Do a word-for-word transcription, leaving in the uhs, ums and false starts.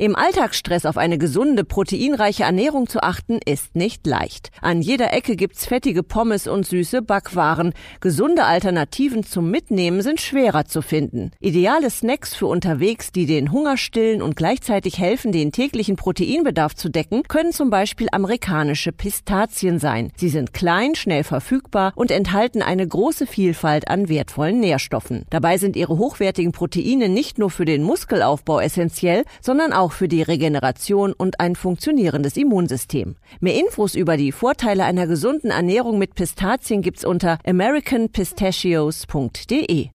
Im Alltagsstress auf eine gesunde, proteinreiche Ernährung zu achten, ist nicht leicht. An jeder Ecke gibt's fettige Pommes und süße Backwaren. Gesunde Alternativen zum Mitnehmen sind schwerer zu finden. Ideale Snacks für unterwegs, die den Hunger stillen und gleichzeitig helfen, den täglichen Proteinbedarf zu decken, können zum Beispiel amerikanische Pistazien sein. Sie sind klein, schnell verfügbar und enthalten eine große Vielfalt an wertvollen Nährstoffen. Dabei sind ihre hochwertigen Proteine nicht nur für den Muskelaufbau essentiell, sondern auch für die Regeneration und ein funktionierendes Immunsystem. Mehr Infos über die Vorteile einer gesunden Ernährung mit Pistazien gibt's unter american pistachios punkt de.